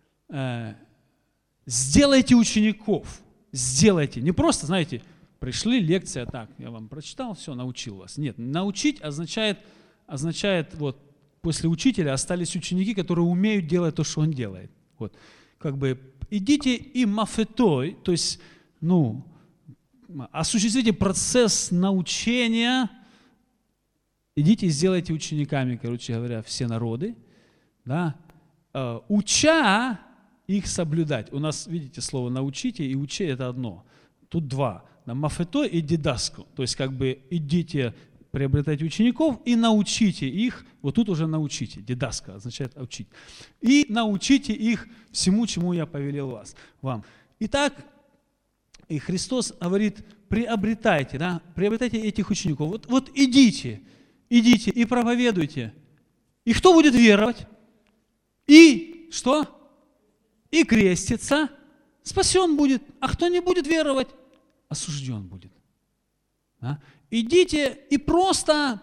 сделайте учеников. Сделайте. Не просто, знаете, пришли, лекция, так, я вам прочитал, все, научил вас. Нет, научить означает вот, после учителя остались ученики, которые умеют делать то, что он делает. Вот. Как бы идите и мафетой, то есть, осуществите процесс научения, идите и сделайте учениками, короче говоря, все народы, да, уча их соблюдать. У нас, видите, слово «научите» и «учи» — это одно. Тут два. Мафето и дидаско. То есть, как бы, идите приобретать учеников и научите их. Вот тут уже научите. Дидаско означает учить. И научите их всему, чему я повелел вам. Итак, и Христос говорит, приобретайте, да, приобретайте этих учеников. Вот идите и проповедуйте. И кто будет веровать? И что? И крестится, спасен будет. А кто не будет веровать, осужден будет. Да? Идите и просто,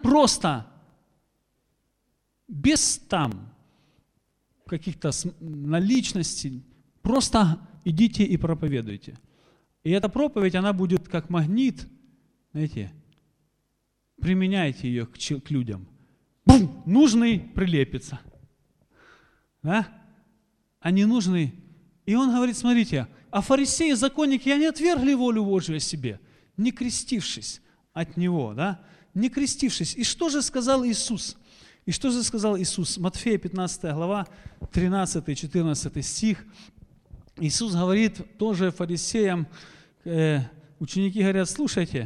без там каких-то наличностей, просто идите и проповедуйте. И эта проповедь, она будет как магнит, знаете, применяйте ее к людям. Бум! Нужный прилепится. Да? А ненужный. И он говорит, смотрите, а фарисеи, законники, они отвергли волю Божию о себе, не крестившись от Него, да? Не крестившись. И что же сказал Иисус? Матфея 15 глава, 13-14 стих. Иисус говорит тоже фарисеям, ученики говорят, слушайте,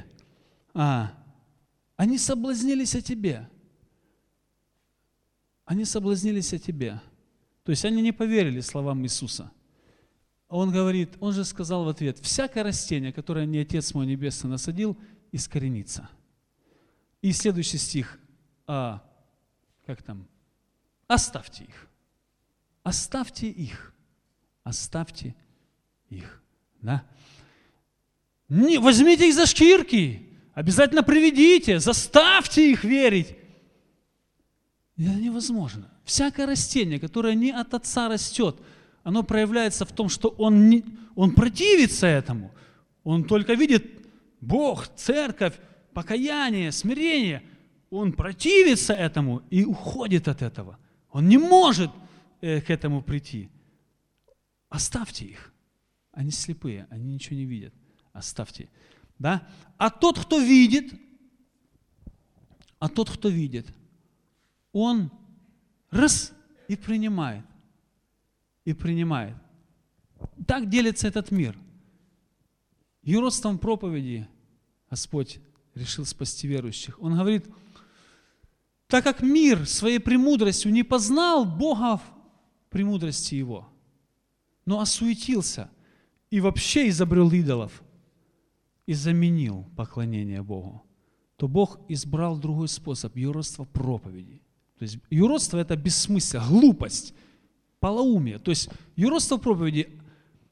они соблазнились о тебе. Они соблазнились о тебе. То есть они не поверили словам Иисуса. Он говорит, он же сказал в ответ, всякое растение, которое не Отец мой Небесный насадил, искоренится. И следующий стих, оставьте их. Оставьте их. Оставьте их. Да? Возьмите их за шкирки, обязательно приведите, заставьте их верить. Это невозможно. Всякое растение, которое не от Отца растет, оно проявляется в том, что он противится этому. Он только видит Бог, церковь, покаяние, смирение. Он противится этому и уходит от этого. Он не может к этому прийти. Оставьте их. Они слепые, они ничего не видят. Оставьте. Да? А тот, кто видит, он раз и принимает. И принимает. Так делится этот мир. Юродством проповеди Господь решил спасти верующих. Он говорит, так как мир своей премудростью не познал Бога в премудрости Его, но осуетился и вообще изобрел идолов и заменил поклонение Богу то Бог избрал другой способ – юродство проповеди. То есть юродство – это бессмыслие, глупость, полоумие. То есть юродство проповеди –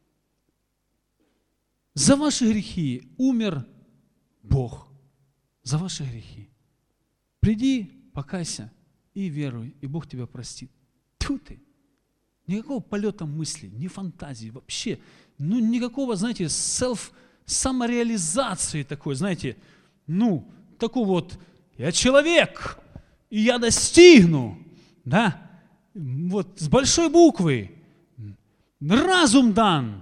за ваши грехи умер Бог, за ваши грехи. Приди, покайся и веруй, и Бог тебя простит. Тьфу ты! Никакого полета мысли, ни фантазии вообще. Ну, никакого, знаете, самореализации такой, знаете, ну, такого вот, я человек, и я достигну, да, вот с большой буквы, разум дан.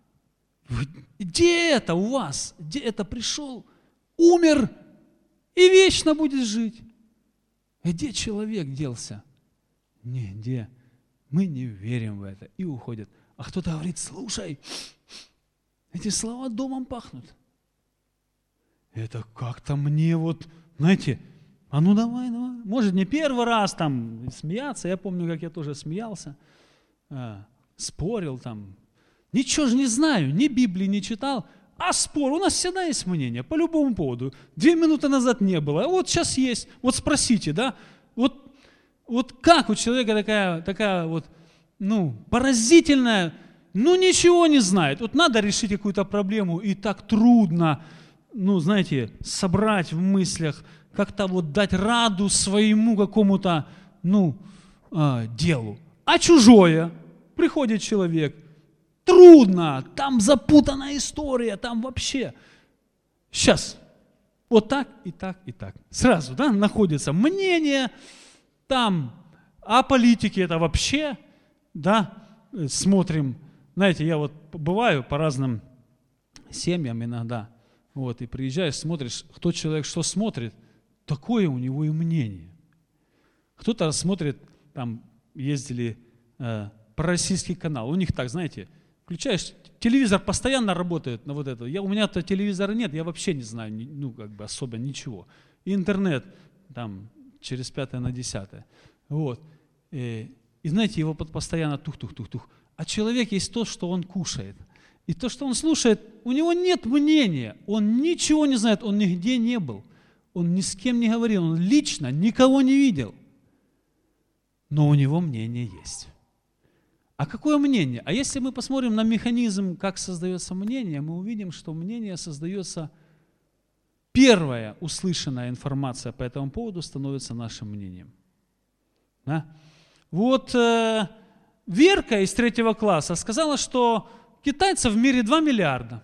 Где это у вас? Где это пришел, умер и вечно будет жить? Где человек делся? Нигде. Мы не верим в это и уходят. А кто-то говорит, слушай, эти слова домом пахнут. Это как-то мне вот, знаете, а ну давай. Может, не первый раз там смеяться. Я помню, как я тоже смеялся, спорил там. Ничего же не знаю, ни Библии не читал, а спор. У нас всегда есть мнение по любому поводу. 2 минуты назад не было, а вот сейчас есть. Вот спросите, да? Вот как у человека такая вот, ну, поразительная, ну, ничего не знает. Вот надо решить какую-то проблему, и так трудно, ну, знаете, собрать в мыслях, как-то вот дать раду своему какому-то, ну, делу. А чужое, приходит человек, трудно, там запутанная история, там вообще. Сейчас, вот так и так и так. Сразу, да, находится мнение, там, о политике это вообще, да, смотрим. Знаете, я вот бываю по разным семьям иногда, вот, и приезжаешь, смотришь, кто человек что смотрит, такое у него и мнение. Кто-то смотрит, там, ездили про российский канал, у них так, знаете, включаешь, телевизор постоянно работает на вот это. У меня-то телевизора нет, я вообще не знаю, ну, как бы особо ничего. И интернет там через 5 на 10. Вот. И знаете, его постоянно тух-тух-тух-тух. А человек есть то, что он кушает. И то, что он слушает, у него нет мнения. Он ничего не знает, он нигде не был. Он ни с кем не говорил, он лично никого не видел. Но у него мнение есть. А какое мнение? А если мы посмотрим на механизм, как создается мнение, мы увидим, что мнение создается, первая услышанная информация по этому поводу становится нашим мнением. Да? Вот Верка из 3 класса сказала, что китайцев в мире 2 миллиарда.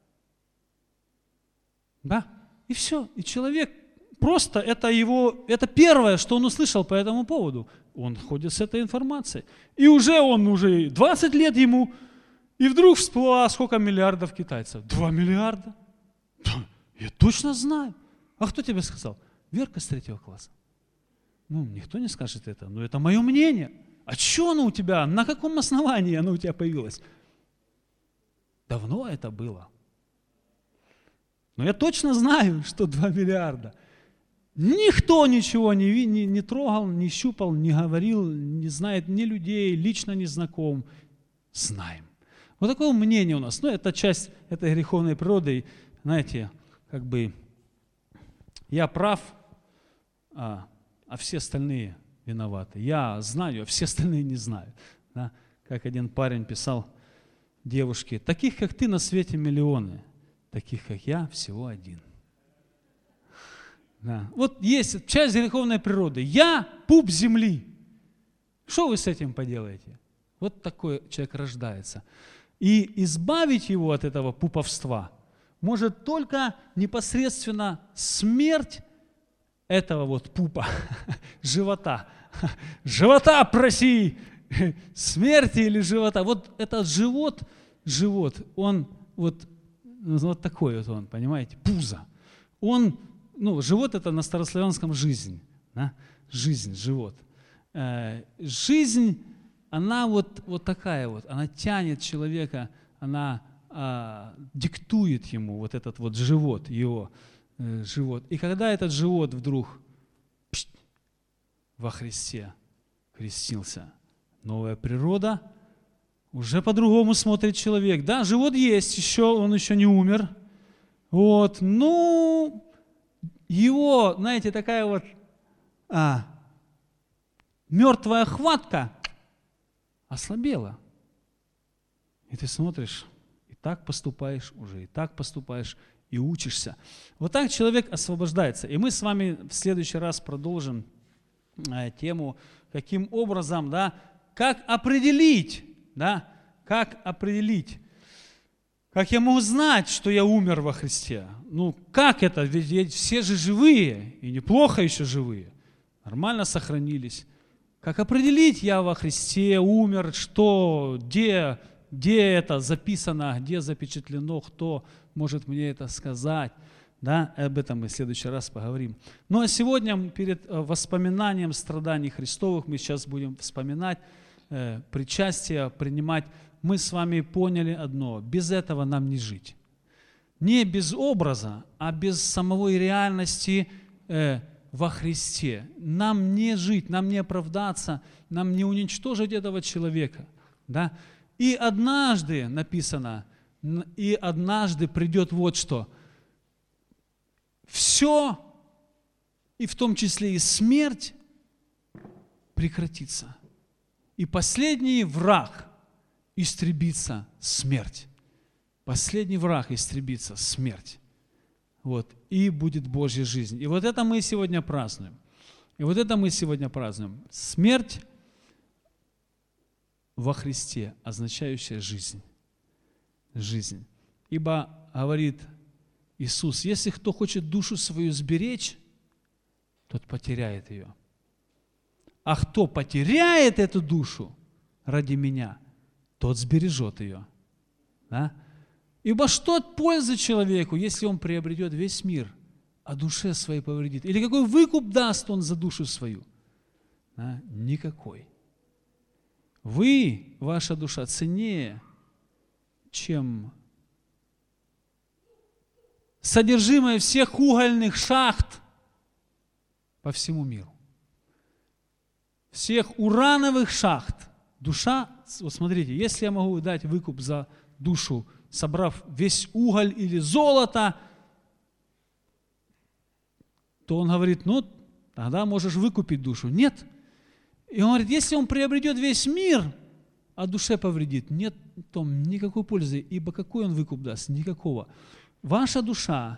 Да? И все. И человек просто, это первое, что он услышал по этому поводу. Он ходит с этой информацией. И уже 20 лет ему, и вдруг всплыло, сколько миллиардов китайцев? 2 миллиарда? Да, я точно знаю. А кто тебе сказал? Верка с 3 класса. Ну, никто не скажет это, но это мое мнение. А что оно у тебя? На каком основании оно у тебя появилось? Давно это было. Но я точно знаю, что 2 миллиарда. Никто ничего не трогал, не щупал, не говорил, не знает ни людей, лично не знаком. Знаем. Вот такое мнение у нас. Ну, это часть этой греховной природы. Знаете, как бы я прав, а все остальные виноваты. Я знаю, а все остальные не знают. Да? Как один парень писал девушке, таких, как ты, на свете миллионы, таких, как я, всего один. Да. Вот есть часть греховной природы. Я пуп земли. Что вы с этим поделаете? Вот такой человек рождается. И избавить его от этого пуповства может только непосредственно смерть этого вот пупа, живота. Живота проси, смерти или живота. Вот этот живот, он вот такой вот он, понимаете, пузо. Живот это на старославянском жизнь, да? Жизнь, живот. Жизнь, она вот такая вот, она тянет человека, она диктует ему вот этот вот живот, его живот. И когда этот живот вдруг во Христе крестился, новая природа, уже по-другому смотрит человек. Да, живот есть, он еще не умер. Вот, его, знаете, такая вот мертвая хватка ослабела. И ты смотришь, и так поступаешь, уже и так поступаешь, и учишься. Вот так человек освобождается. И мы с вами в следующий раз продолжим тему, каким образом, да, как определить, как я могу знать, что я умер во Христе? Ну, как это? Ведь все же живые, и неплохо еще живые, нормально сохранились. Как определить, я во Христе умер, что, где это записано, где запечатлено, кто может мне это сказать? Да, об этом мы в следующий раз поговорим. Ну а сегодня перед воспоминанием страданий Христовых мы сейчас будем вспоминать причастие, принимать. Мы с вами поняли одно: без этого нам не жить. Не без образа, а без самой реальности во Христе. Нам не жить, нам не оправдаться, нам не уничтожить этого человека. Да? И однажды, написано, и однажды придет вот что. Все, и в том числе и смерть, прекратится. И последний враг истребится — смерть. Последний враг истребится — смерть. Вот. И будет Божья жизнь. И вот это мы сегодня празднуем. Смерть во Христе, означающая жизнь. Жизнь. Ибо, говорит Иисус, если кто хочет душу свою сберечь, тот потеряет ее. А кто потеряет эту душу ради меня, тот сбережет ее. Да? Ибо что от пользы человеку, если он приобретет весь мир, а душе своей повредит? Или какой выкуп даст он за душу свою? Да? Никакой. Вы, ваша душа, ценнее, чем содержимое всех угольных шахт по всему миру. Всех урановых шахт. Душа, вот смотрите, если я могу дать выкуп за душу, собрав весь уголь или золото, то он говорит, ну, тогда можешь выкупить душу. Нет. И он говорит, если он приобретет весь мир, а душе повредит, нет в том никакой пользы, ибо какой он выкуп даст? Никакого. Ваша душа,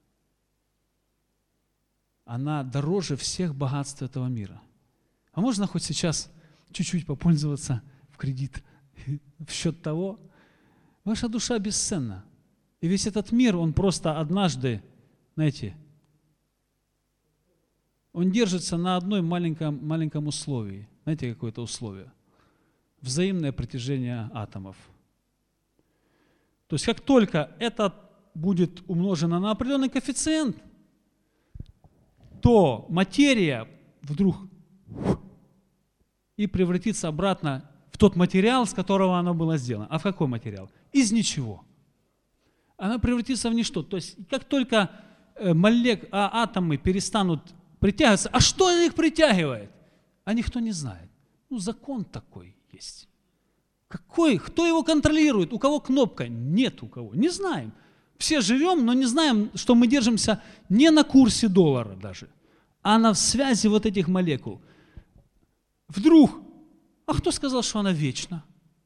она дороже всех богатств этого мира. А можно хоть сейчас чуть-чуть попользоваться в кредит в счет того? Ваша душа бесценна. И весь этот мир, он просто однажды, знаете, он держится на одной маленьком условии. Знаете, какое это условие? Взаимное притяжение атомов. То есть, как только это будет умножено на определенный коэффициент, то материя вдруг и превратится обратно в тот материал, с которого оно было сделано. А в какой материал? Из ничего. Она превратится в ничто. То есть, как только атомы перестанут притягиваться, а что их притягивает? А никто не знает. Ну, закон такой есть. Какой? Кто его контролирует? У кого кнопка? Нет у кого. Не знаем. Все живем, но не знаем, что мы держимся не на курсе доллара даже, а на связи вот этих молекул. Вдруг, а кто сказал, что она вечна?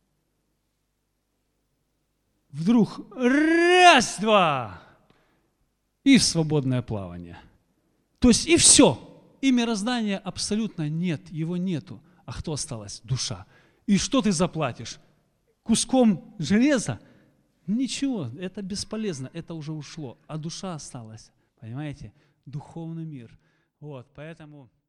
Вдруг, раз, два, и в свободное плавание. То есть и все. И мироздания абсолютно нет, его нету. А кто осталась? Душа. И что ты заплатишь? Куском железа? Ничего, это бесполезно, это уже ушло. А душа осталась, понимаете? Духовный мир. Вот, поэтому...